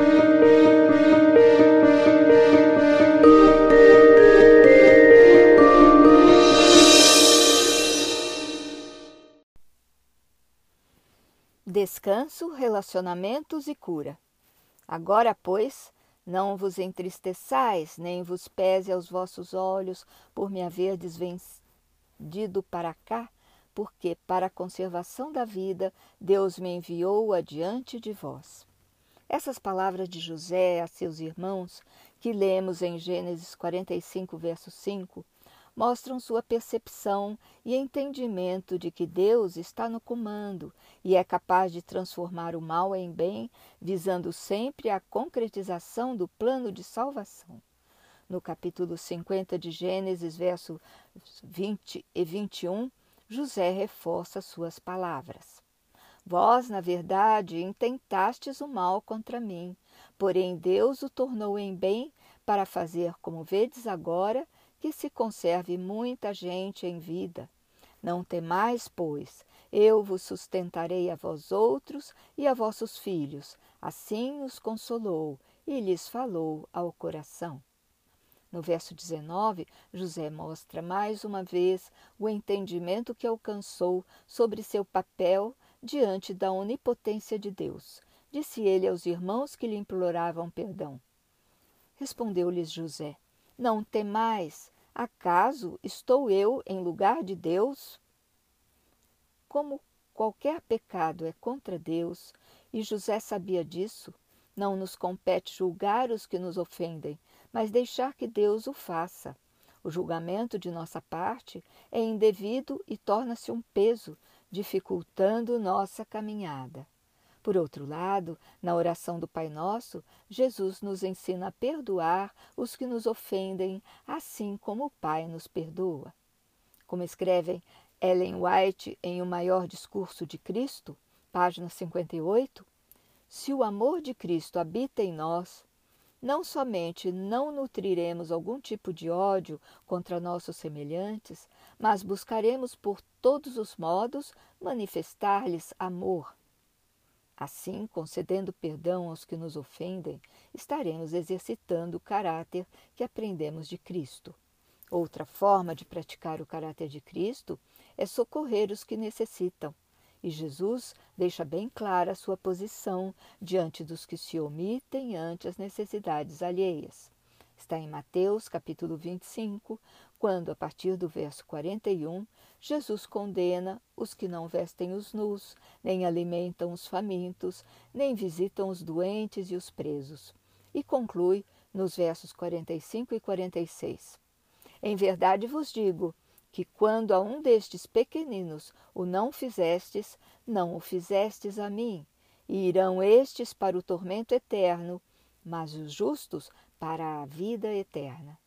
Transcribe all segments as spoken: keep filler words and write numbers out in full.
Descanso, relacionamentos e cura. Agora, pois, não vos entristeçais, nem vos pese aos vossos olhos por me haverdes vendido para cá, porque para a conservação da vida Deus me enviou adiante de vós. Essas palavras de José a seus irmãos, que lemos em Gênesis quarenta e cinco, verso cinco, mostram sua percepção e entendimento de que Deus está no comando e é capaz de transformar o mal em bem, visando sempre a concretização do plano de salvação. No capítulo cinquenta de Gênesis, versos vinte e vinte e um, José reforça suas palavras. Vós, na verdade, intentastes o mal contra mim, porém Deus o tornou em bem para fazer, como vedes agora, que se conserve muita gente em vida. Não temais, pois, eu vos sustentarei a vós outros e a vossos filhos. Assim os consolou e lhes falou ao coração. No verso dezenove, José mostra mais uma vez o entendimento que alcançou sobre seu papel diante da onipotência de Deus. Disse ele aos irmãos que lhe imploravam perdão. Respondeu-lhes José: Não temais, acaso estou eu em lugar de Deus? Como qualquer pecado é contra Deus, e José sabia disso, não nos compete julgar os que nos ofendem, mas deixar que Deus o faça. O julgamento de nossa parte é indevido e torna-se um peso, dificultando nossa caminhada. Por outro lado, na oração do Pai Nosso, Jesus nos ensina a perdoar os que nos ofendem, assim como o Pai nos perdoa. Como escreve Ellen White em O Maior Discurso de Cristo, página cinquenta e oito, se o amor de Cristo habita em nós, não somente não nutriremos algum tipo de ódio contra nossos semelhantes, mas buscaremos por todos os modos manifestar-lhes amor. Assim, concedendo perdão aos que nos ofendem, estaremos exercitando o caráter que aprendemos de Cristo. Outra forma de praticar o caráter de Cristo é socorrer os que necessitam. E Jesus deixa bem clara a sua posição diante dos que se omitem ante as necessidades alheias. Está em Mateus, capítulo vinte e cinco, quando, a partir do verso quarenta e um, Jesus condena os que não vestem os nus, nem alimentam os famintos, nem visitam os doentes e os presos. E conclui nos versos quarenta e cinco e quarenta e seis. Em verdade vos digo que quando a um destes pequeninos o não fizestes, não o fizestes a mim, e irão estes para o tormento eterno, mas os justos para a vida eterna.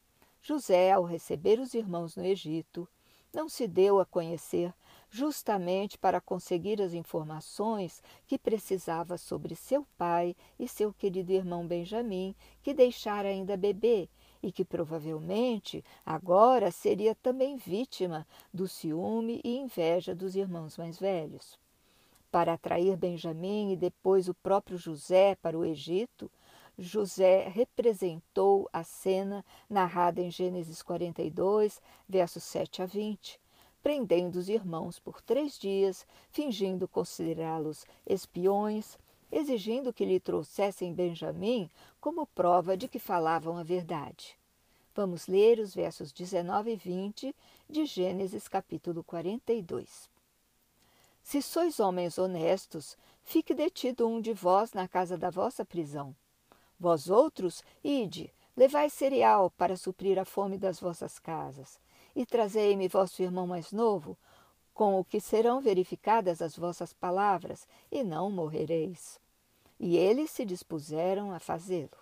José, ao receber os irmãos no Egito, não se deu a conhecer justamente para conseguir as informações que precisava sobre seu pai e seu querido irmão Benjamim, que deixara ainda bebê e que provavelmente agora seria também vítima do ciúme e inveja dos irmãos mais velhos. Para atrair Benjamim e depois o próprio José para o Egito, José representou a cena narrada em Gênesis quarenta e dois, versos sete a vinte, prendendo os irmãos por três dias, fingindo considerá-los espiões, exigindo que lhe trouxessem Benjamim como prova de que falavam a verdade. Vamos ler os versos dezenove e vinte de Gênesis capítulo quarenta e dois. Se sois homens honestos, fique detido um de vós na casa da vossa prisão. Vós outros, ide, levai cereal para suprir a fome das vossas casas, e trazei-me vosso irmão mais novo, com o que serão verificadas as vossas palavras, e não morrereis. E eles se dispuseram a fazê-lo.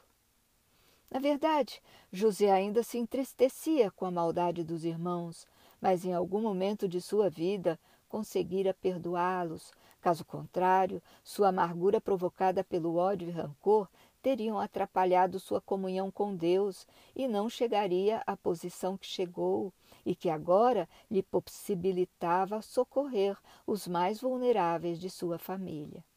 Na verdade, José ainda se entristecia com a maldade dos irmãos, mas em algum momento de sua vida conseguira perdoá-los. Caso contrário, sua amargura provocada pelo ódio e rancor teriam atrapalhado sua comunhão com Deus e não chegaria à posição que chegou e que agora lhe possibilitava socorrer os mais vulneráveis de sua família.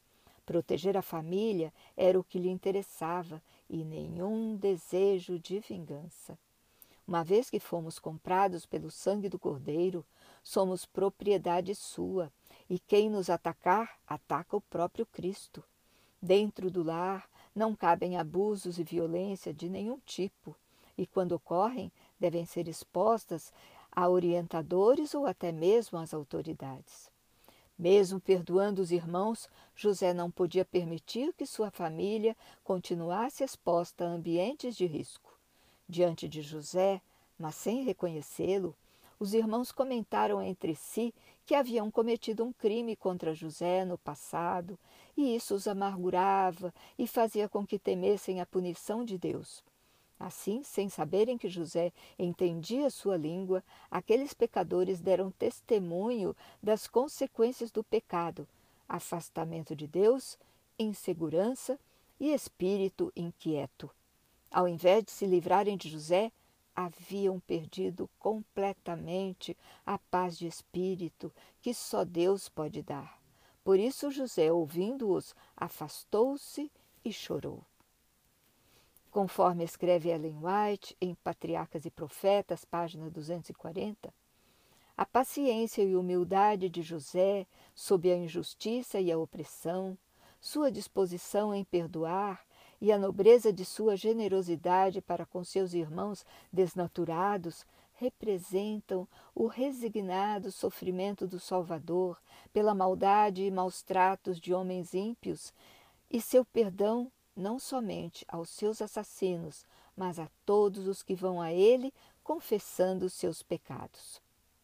Proteger a família era o que lhe interessava e nenhum desejo de vingança. Uma vez que fomos comprados pelo sangue do Cordeiro, somos propriedade sua, e quem nos atacar, ataca o próprio Cristo. Dentro do lar não cabem abusos e violência de nenhum tipo, e quando ocorrem, devem ser expostas a orientadores ou até mesmo às autoridades. Mesmo perdoando os irmãos, José não podia permitir que sua família continuasse exposta a ambientes de risco. Diante de José, mas sem reconhecê-lo, os irmãos comentaram entre si que haviam cometido um crime contra José no passado, e isso os amargurava e fazia com que temessem a punição de Deus. Assim, sem saberem que José entendia sua língua, aqueles pecadores deram testemunho das consequências do pecado, afastamento de Deus, insegurança e espírito inquieto. Ao invés de se livrarem de José, haviam perdido completamente a paz de espírito que só Deus pode dar. Por isso José, ouvindo-os, afastou-se e chorou. Conforme escreve Ellen White em Patriarcas e Profetas, página duzentos e quarenta, a paciência e humildade de José sob a injustiça e a opressão, sua disposição em perdoar e a nobreza de sua generosidade para com seus irmãos desnaturados representam o resignado sofrimento do Salvador pela maldade e maus tratos de homens ímpios e seu perdão não somente aos seus assassinos, mas a todos os que vão a ele confessando os seus pecados.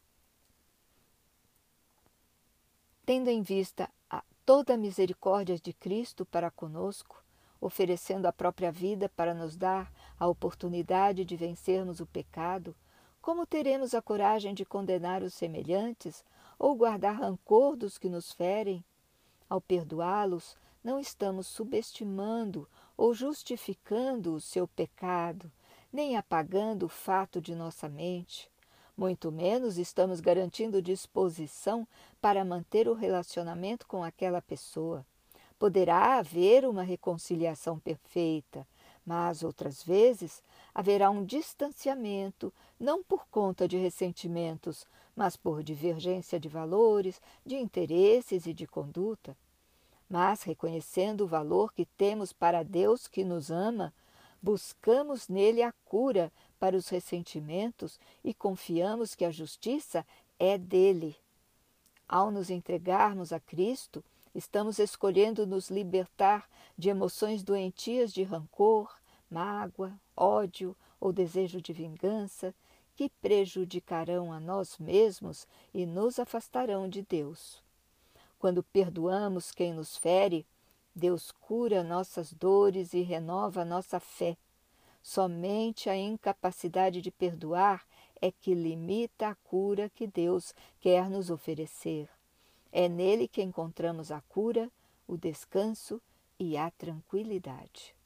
Tendo em vista a toda a misericórdia de Cristo para conosco, oferecendo a própria vida para nos dar a oportunidade de vencermos o pecado, como teremos a coragem de condenar os semelhantes ou guardar rancor dos que nos ferem? Ao perdoá-los, não estamos subestimando ou justificando o seu pecado, nem apagando o fato de nossa mente. Muito menos estamos garantindo disposição para manter o relacionamento com aquela pessoa. Poderá haver uma reconciliação perfeita, mas outras vezes haverá um distanciamento, não por conta de ressentimentos, mas por divergência de valores, de interesses e de conduta. Mas, reconhecendo o valor que temos para Deus que nos ama, buscamos nele a cura para os ressentimentos e confiamos que a justiça é dele. Ao nos entregarmos a Cristo, estamos escolhendo nos libertar de emoções doentias de rancor, mágoa, ódio ou desejo de vingança, que prejudicarão a nós mesmos e nos afastarão de Deus. Quando perdoamos quem nos fere, Deus cura nossas dores e renova nossa fé. Somente a incapacidade de perdoar é que limita a cura que Deus quer nos oferecer. É nele que encontramos a cura, o descanso e a tranquilidade.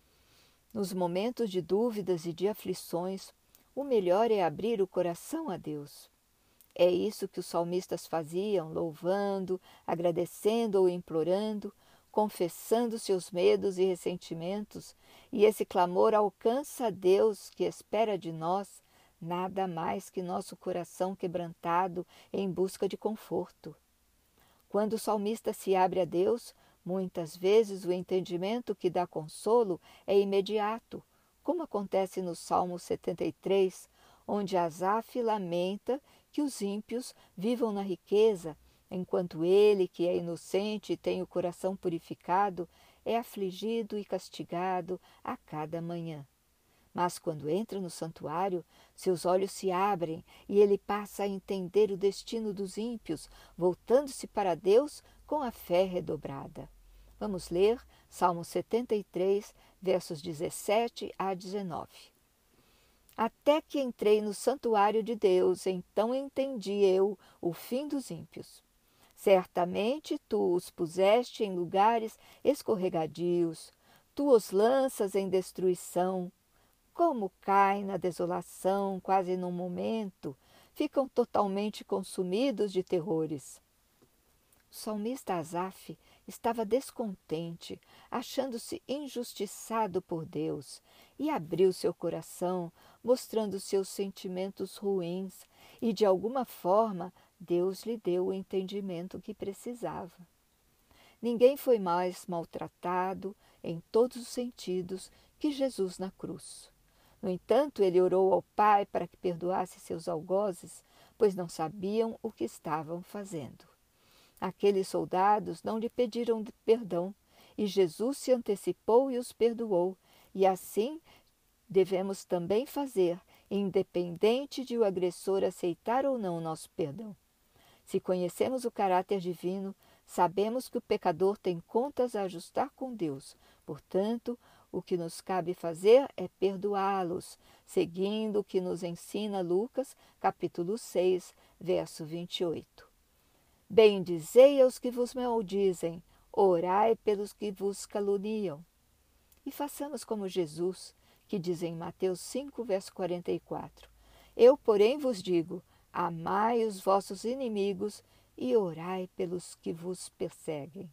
Nos momentos de dúvidas e de aflições, o melhor é abrir o coração a Deus. É isso que os salmistas faziam, louvando, agradecendo ou implorando, confessando seus medos e ressentimentos, e esse clamor alcança a Deus, que espera de nós nada mais que nosso coração quebrantado em busca de conforto. Quando o salmista se abre a Deus, muitas vezes o entendimento que dá consolo é imediato, como acontece no Salmo setenta e três, onde Asaf lamenta que os ímpios vivam na riqueza, enquanto ele, que é inocente e tem o coração purificado, é afligido e castigado a cada manhã. Mas quando entra no santuário, seus olhos se abrem e ele passa a entender o destino dos ímpios, voltando-se para Deus com a fé redobrada. Vamos ler Salmo setenta e três, versos dezessete a dezenove. Até que entrei no santuário de Deus, então entendi eu o fim dos ímpios. Certamente tu os puseste em lugares escorregadios, tu os lanças em destruição. Como caem na desolação, quase num momento, ficam totalmente consumidos de terrores. O salmista Asaf estava descontente, achando-se injustiçado por Deus, e abriu seu coração, mostrando seus sentimentos ruins, e de alguma forma Deus lhe deu o entendimento que precisava. Ninguém foi mais maltratado, em todos os sentidos, que Jesus na cruz. No entanto, ele orou ao Pai para que perdoasse seus algozes, pois não sabiam o que estavam fazendo. Aqueles soldados não lhe pediram perdão, e Jesus se antecipou e os perdoou, e assim devemos também fazer, independente de o agressor aceitar ou não o nosso perdão. Se conhecemos o caráter divino, sabemos que o pecador tem contas a ajustar com Deus. Portanto, o que nos cabe fazer é perdoá-los, seguindo o que nos ensina Lucas, capítulo seis, verso vinte e oito. Bendizei aos que vos maldizem, orai pelos que vos caluniam. E façamos como Jesus, que diz em Mateus cinco, verso quarenta e quatro. Eu, porém, vos digo, amai os vossos inimigos e orai pelos que vos perseguem.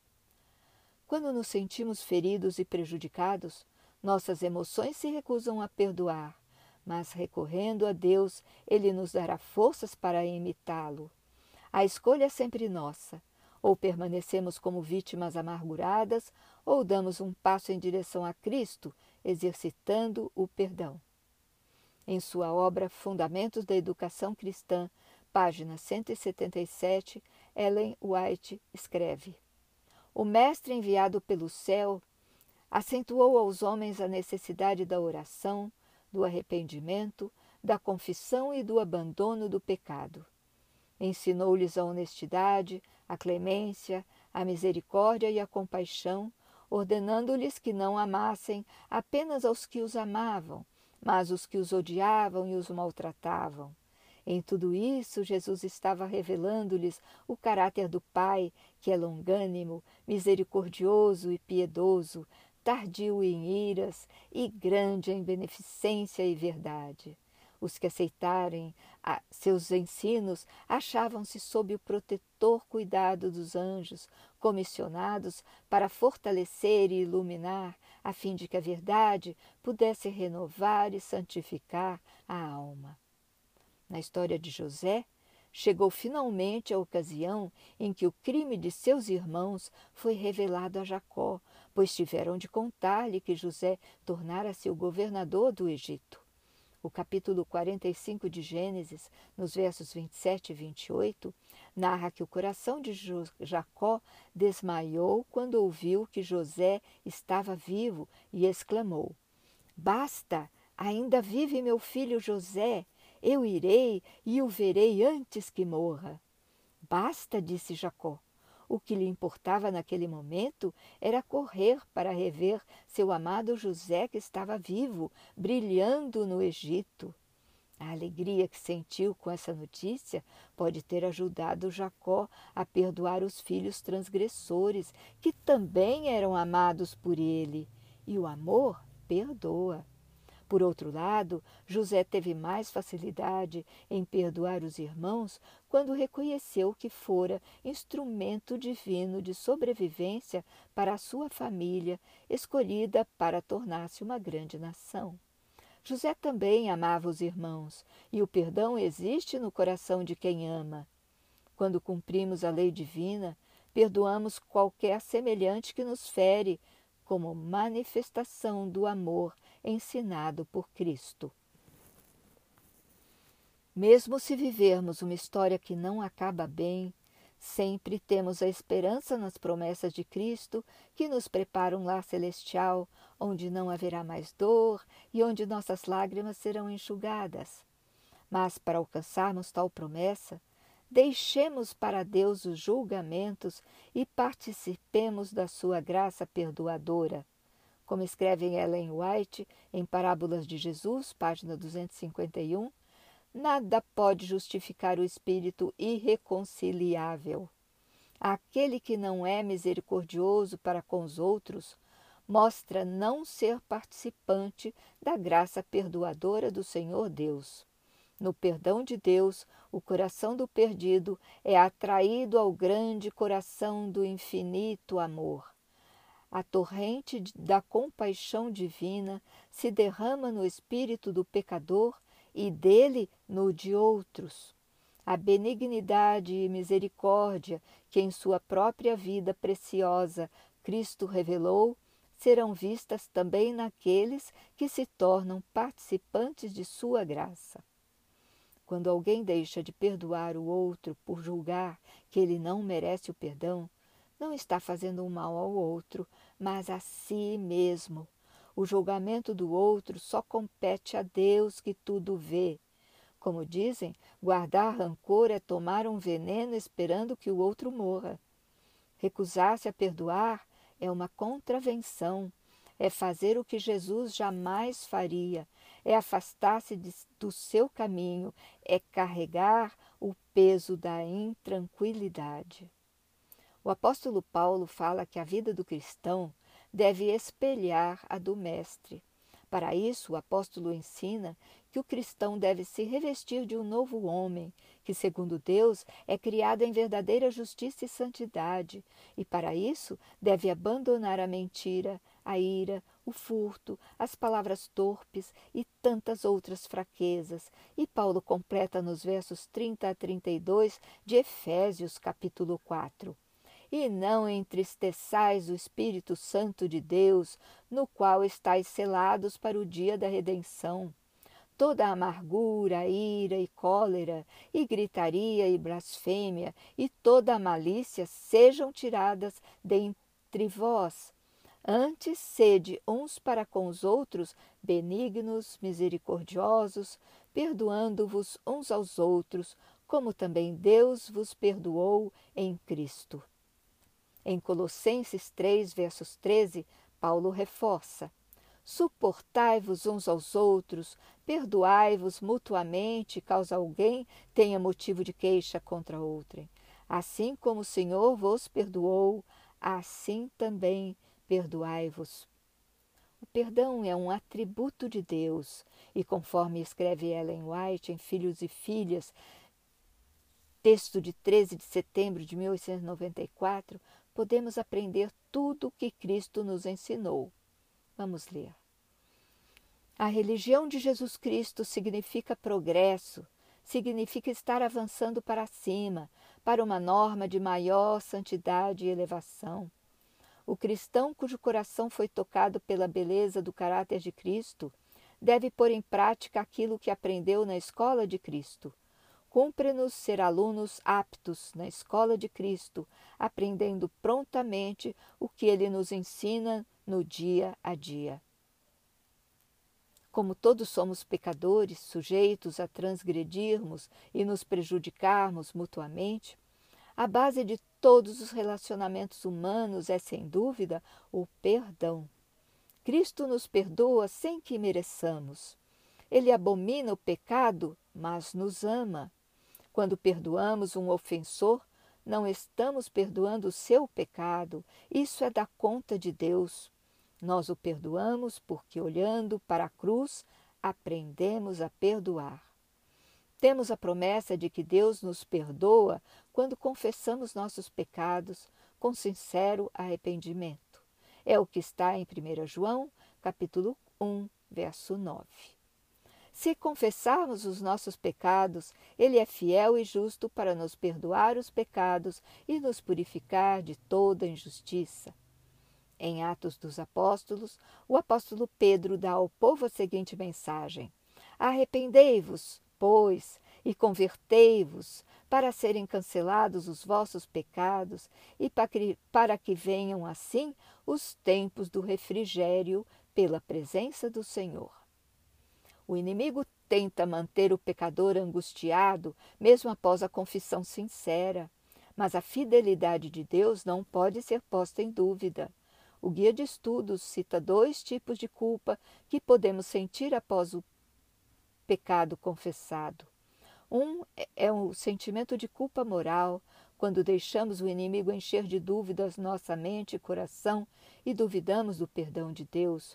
Quando nos sentimos feridos e prejudicados, nossas emoções se recusam a perdoar, mas recorrendo a Deus, Ele nos dará forças para imitá-lo. A escolha é sempre nossa. Ou permanecemos como vítimas amarguradas, ou damos um passo em direção a Cristo, exercitando o perdão. Em sua obra Fundamentos da Educação Cristã, página cento e setenta e sete, Ellen White escreve: O Mestre enviado pelo céu acentuou aos homens a necessidade da oração, do arrependimento, da confissão e do abandono do pecado. Ensinou-lhes a honestidade, a clemência, a misericórdia e a compaixão, ordenando-lhes que não amassem apenas aos que os amavam, mas os que os odiavam e os maltratavam. Em tudo isso, Jesus estava revelando-lhes o caráter do Pai, que é longânimo, misericordioso e piedoso, tardio em iras e grande em beneficência e verdade. Os que aceitarem a seus ensinos achavam-se sob o protetor cuidado dos anjos, comissionados para fortalecer e iluminar, a fim de que a verdade pudesse renovar e santificar a alma. Na história de José, chegou finalmente a ocasião em que o crime de seus irmãos foi revelado a Jacó, pois tiveram de contar-lhe que José tornara-se o governador do Egito. O capítulo quarenta e cinco de Gênesis, nos versos vinte e sete e vinte e oito, narra que o coração de Jacó desmaiou quando ouviu que José estava vivo e exclamou: Basta, ainda vive meu filho José, eu irei e o verei antes que morra. Basta, disse Jacó. O que lhe importava naquele momento era correr para rever seu amado José, que estava vivo, brilhando no Egito. A alegria que sentiu com essa notícia pode ter ajudado Jacó a perdoar os filhos transgressores, que também eram amados por ele. E o amor perdoa. Por outro lado, José teve mais facilidade em perdoar os irmãos quando reconheceu que fora instrumento divino de sobrevivência para a sua família, escolhida para tornar-se uma grande nação. José também amava os irmãos, e o perdão existe no coração de quem ama. Quando cumprimos a lei divina, perdoamos qualquer semelhante que nos fere, como manifestação do amor ensinado por Cristo. Mesmo se vivermos uma história que não acaba bem, sempre temos a esperança nas promessas de Cristo, que nos prepara um lar celestial, onde não haverá mais dor e onde nossas lágrimas serão enxugadas. Mas para alcançarmos tal promessa, deixemos para Deus os julgamentos e participemos da sua graça perdoadora. Como escreve Ellen White em Parábolas de Jesus, página duzentos e cinquenta e um, nada pode justificar o espírito irreconciliável. Aquele que não é misericordioso para com os outros mostra não ser participante da graça perdoadora do Senhor Deus. No perdão de Deus, o coração do perdido é atraído ao grande coração do infinito amor. A torrente da compaixão divina se derrama no espírito do pecador e dele no de outros. A benignidade e misericórdia que em sua própria vida preciosa Cristo revelou serão vistas também naqueles que se tornam participantes de sua graça. Quando alguém deixa de perdoar o outro por julgar que ele não merece o perdão, não está fazendo um mal ao outro, mas a si mesmo. O julgamento do outro só compete a Deus que tudo vê. Como dizem, guardar rancor é tomar um veneno esperando que o outro morra. Recusar-se a perdoar é uma contravenção, é fazer o que Jesus jamais faria, é afastar-se do seu caminho, é carregar o peso da intranquilidade. O apóstolo Paulo fala que a vida do cristão deve espelhar a do Mestre. Para isso, o apóstolo ensina que o cristão deve se revestir de um novo homem, que, segundo Deus, é criado em verdadeira justiça e santidade, e para isso deve abandonar a mentira, a ira, o furto, as palavras torpes e tantas outras fraquezas. E Paulo completa nos versos trinta a trinta e dois de Efésios, capítulo quatro. E não entristeçais o Espírito Santo de Deus, no qual estáis selados para o dia da redenção. Toda amargura, ira e cólera, e gritaria e blasfêmia, e toda a malícia sejam tiradas dentre vós. Antes, sede uns para com os outros benignos, misericordiosos, perdoando-vos uns aos outros, como também Deus vos perdoou em Cristo. Em Colossenses três, versos treze, Paulo reforça: suportai-vos uns aos outros, perdoai-vos mutuamente, caso alguém tenha motivo de queixa contra outrem. Assim como o Senhor vos perdoou, assim também perdoai-vos. O perdão é um atributo de Deus, e conforme escreve Ellen White em Filhos e Filhas, texto de treze de setembro de mil oitocentos e noventa e quatro, podemos aprender tudo o que Cristo nos ensinou. Vamos ler. A religião de Jesus Cristo significa progresso, significa estar avançando para cima, para uma norma de maior santidade e elevação. O cristão cujo coração foi tocado pela beleza do caráter de Cristo deve pôr em prática aquilo que aprendeu na escola de Cristo. Cumpre-nos ser alunos aptos na escola de Cristo, aprendendo prontamente o que ele nos ensina no dia a dia. Como todos somos pecadores, sujeitos a transgredirmos e nos prejudicarmos mutuamente, a base de todos os relacionamentos humanos é, sem dúvida, o perdão. Cristo nos perdoa sem que mereçamos. Ele abomina o pecado, mas nos ama. Quando perdoamos um ofensor, não estamos perdoando o seu pecado, isso é da conta de Deus. Nós o perdoamos porque, olhando para a cruz, aprendemos a perdoar. Temos a promessa de que Deus nos perdoa quando confessamos nossos pecados com sincero arrependimento. É o que está em primeira João, capítulo um, verso nove. Se confessarmos os nossos pecados, Ele é fiel e justo para nos perdoar os pecados e nos purificar de toda injustiça. Em Atos dos Apóstolos, o apóstolo Pedro dá ao povo a seguinte mensagem: arrependei-vos, pois, e convertei-vos, para serem cancelados os vossos pecados e para que venham assim os tempos do refrigério pela presença do Senhor. O inimigo tenta manter o pecador angustiado mesmo após a confissão sincera, mas a fidelidade de Deus não pode ser posta em dúvida. O Guia de Estudos cita dois tipos de culpa que podemos sentir após o pecado confessado. Um é o sentimento de culpa moral, quando deixamos o inimigo encher de dúvidas nossa mente e coração e duvidamos do perdão de Deus.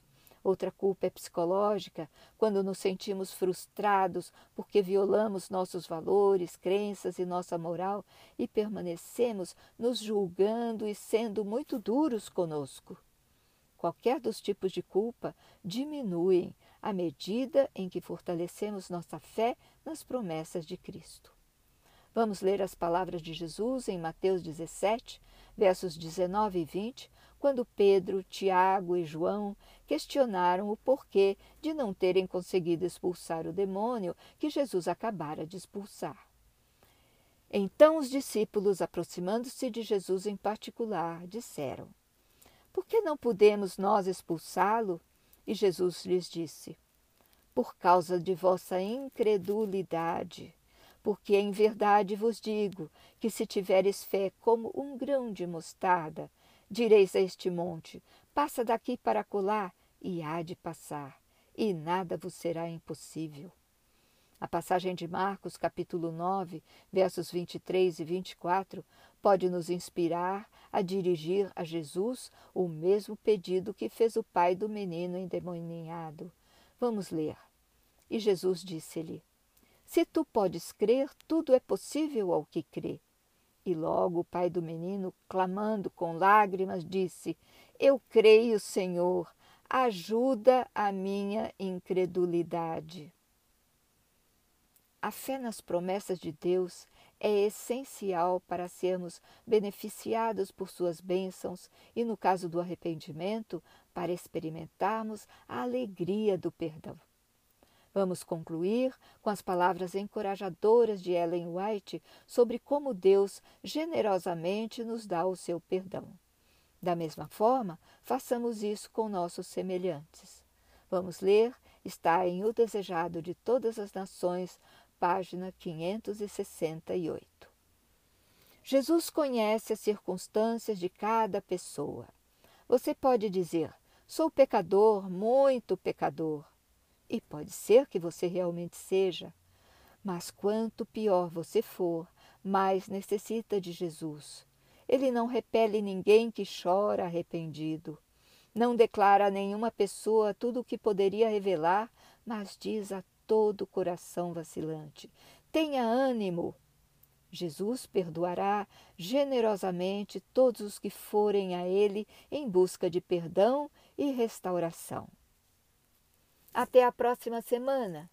Outra culpa é psicológica, quando nos sentimos frustrados porque violamos nossos valores, crenças e nossa moral e permanecemos nos julgando e sendo muito duros conosco. Qualquer dos tipos de culpa diminuem à medida em que fortalecemos nossa fé nas promessas de Cristo. Vamos ler as palavras de Jesus em Mateus dezessete, versos dezenove e vinte, quando Pedro, Tiago e João questionaram o porquê de não terem conseguido expulsar o demônio que Jesus acabara de expulsar. Então os discípulos, aproximando-se de Jesus em particular, disseram: Por que não podemos nós expulsá-lo? E Jesus lhes disse: Por causa de vossa incredulidade. Porque em verdade vos digo que se tiveres fé como um grão de mostarda, direis a este monte: passa daqui para acolá, e há de passar, e nada vos será impossível. A passagem de Marcos, capítulo nove, versos vinte e três e vinte e quatro, pode nos inspirar a dirigir a Jesus o mesmo pedido que fez o pai do menino endemoniado. Vamos ler. E Jesus disse-lhe: Se tu podes crer, tudo é possível ao que crê. E logo o pai do menino, clamando com lágrimas, disse: Eu creio, Senhor, ajuda a minha incredulidade. A fé nas promessas de Deus é essencial para sermos beneficiados por suas bênçãos e, no caso do arrependimento, para experimentarmos a alegria do perdão. Vamos concluir com as palavras encorajadoras de Ellen White sobre como Deus generosamente nos dá o seu perdão. Da mesma forma, façamos isso com nossos semelhantes. Vamos ler, está em O Desejado de Todas as Nações, página quinhentos e sessenta e oito. Jesus conhece as circunstâncias de cada pessoa. Você pode dizer: sou pecador, muito pecador. E pode ser que você realmente seja. Mas quanto pior você for, mais necessita de Jesus. Ele não repele ninguém que chora arrependido. Não declara a nenhuma pessoa tudo o que poderia revelar, mas diz a todo coração vacilante: tenha ânimo. Jesus perdoará generosamente todos os que forem a Ele em busca de perdão e restauração. Até a próxima semana!